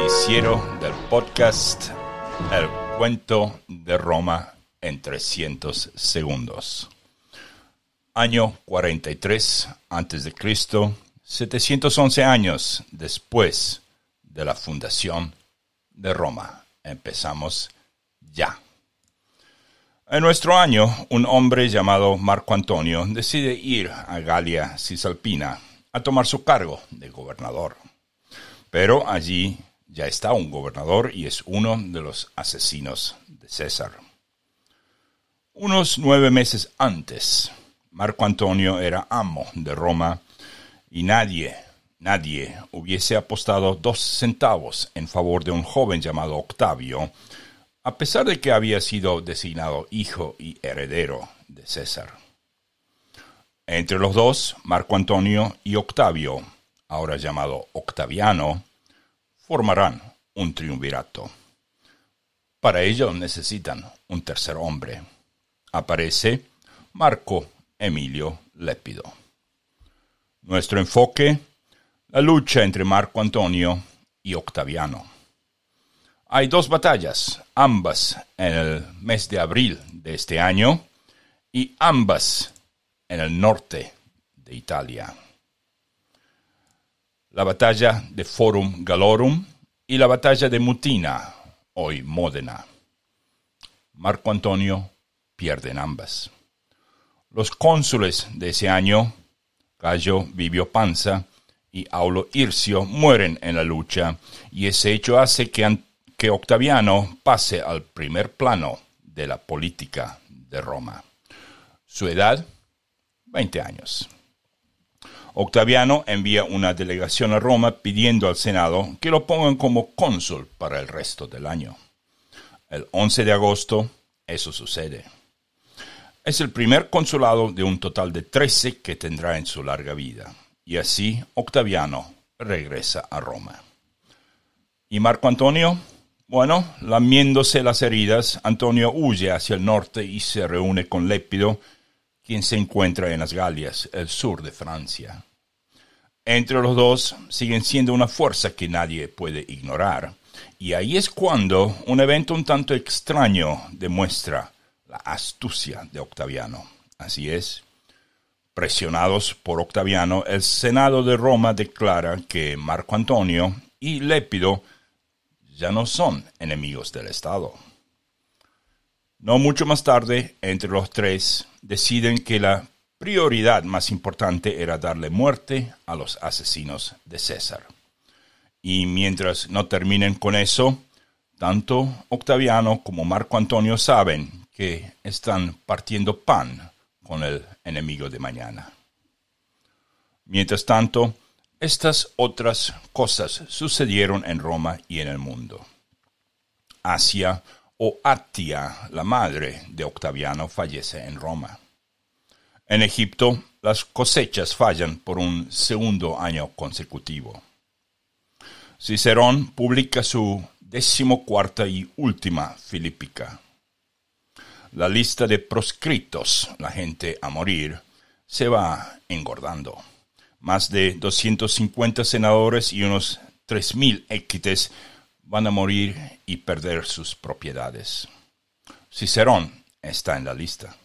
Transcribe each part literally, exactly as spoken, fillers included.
noticiero del podcast El Cuento de Roma en trescientos segundos. Año cuarenta y tres antes de Cristo, setecientos once años después de la fundación de Roma. Empezamos ya. En nuestro año, un hombre llamado Marco Antonio decide ir a Galia Cisalpina a tomar su cargo de gobernador. Pero allí ya está un gobernador y es uno de los asesinos de César. Unos nueve meses antes, Marco Antonio era amo de Roma y nadie, nadie hubiese apostado dos centavos en favor de un joven llamado Octavio, a pesar de que había sido designado hijo y heredero de César. Entre los dos, Marco Antonio y Octavio, ahora llamado Octaviano, formarán un triunvirato. Para ello necesitan un tercer hombre. Aparece Marco Emilio Lépido. Nuestro enfoque, la lucha entre Marco Antonio y Octaviano. Hay dos batallas, ambas en el mes de abril de este año y ambas en el norte de Italia. La batalla de Forum Gallorum y la batalla de Mutina, hoy Módena. Marco Antonio pierde en ambas. Los cónsules de ese año, Cayo Vibio Pansa y Aulo Hircio, mueren en la lucha, y ese hecho hace que, que Octaviano pase al primer plano de la política de Roma. Su edad, veinte años. Octaviano envía una delegación a Roma pidiendo al Senado que lo pongan como cónsul para el resto del año. El once de agosto, eso sucede. Es el primer consulado de un total de trece que tendrá en su larga vida. Y así Octaviano regresa a Roma. ¿Y Marco Antonio? Bueno, lamiéndose las heridas, Antonio huye hacia el norte y se reúne con Lépido, quien se encuentra en las Galias, el sur de Francia. Entre los dos siguen siendo una fuerza que nadie puede ignorar, y ahí es cuando un evento un tanto extraño demuestra la astucia de Octaviano. Así es, presionados por Octaviano, el Senado de Roma declara que Marco Antonio y Lépido ya no son enemigos del Estado. No mucho más tarde, entre los tres, deciden que la prioridad más importante era darle muerte a los asesinos de César. Y mientras no terminen con eso, tanto Octaviano como Marco Antonio saben que están partiendo pan con el enemigo de mañana. Mientras tanto, estas otras cosas sucedieron en Roma y en el mundo. Asia o Atia, la madre de Octaviano, fallece en Roma. En Egipto, las cosechas fallan por un segundo año consecutivo. Cicerón publica su decimocuarta y última Filípica. La lista de proscritos, la gente a morir, se va engordando. Más de doscientos cincuenta senadores y unos tres mil equites van a morir y perder sus propiedades. Cicerón está en la lista.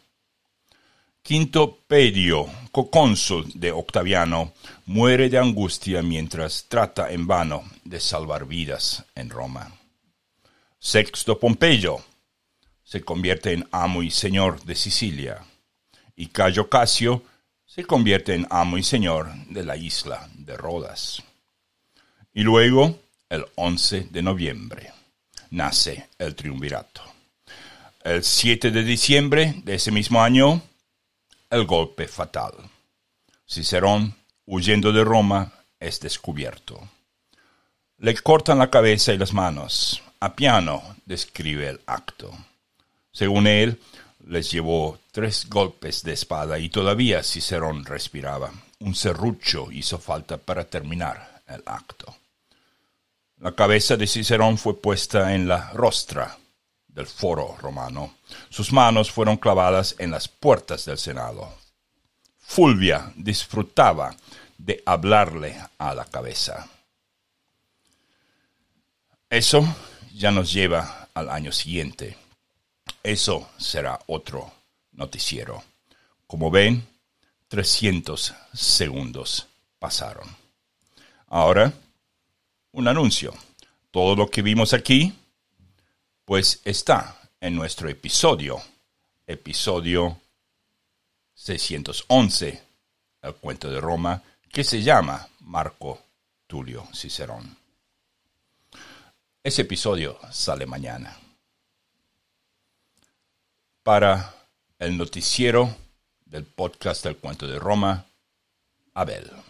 Quinto Pedio, cocónsul de Octaviano, muere de angustia mientras trata en vano de salvar vidas en Roma. Sexto Pompeyo se convierte en amo y señor de Sicilia, y Cayo Casio se convierte en amo y señor de la isla de Rodas. Y luego, el once de noviembre, nace el triunvirato. El siete de diciembre de ese mismo año, el golpe fatal. Cicerón, huyendo de Roma, es descubierto. Le cortan la cabeza y las manos. Apiano describe el acto. Según él, les llevó tres golpes de espada y todavía Cicerón respiraba. Un serrucho hizo falta para terminar el acto. La cabeza de Cicerón fue puesta en la rostra del foro romano. Sus manos fueron clavadas en las puertas del Senado. Fulvia disfrutaba de hablarle a la cabeza. Eso ya nos lleva al año siguiente. Eso será otro noticiero. Como ven, trescientos segundos pasaron. Ahora, un anuncio. Todo lo que vimos aquí, pues está en nuestro episodio. Episodio seiscientos once, el cuento de Roma, que se llama Marco Tulio Cicerón. Ese episodio sale mañana. Para el noticiero del podcast del cuento de Roma, Abel.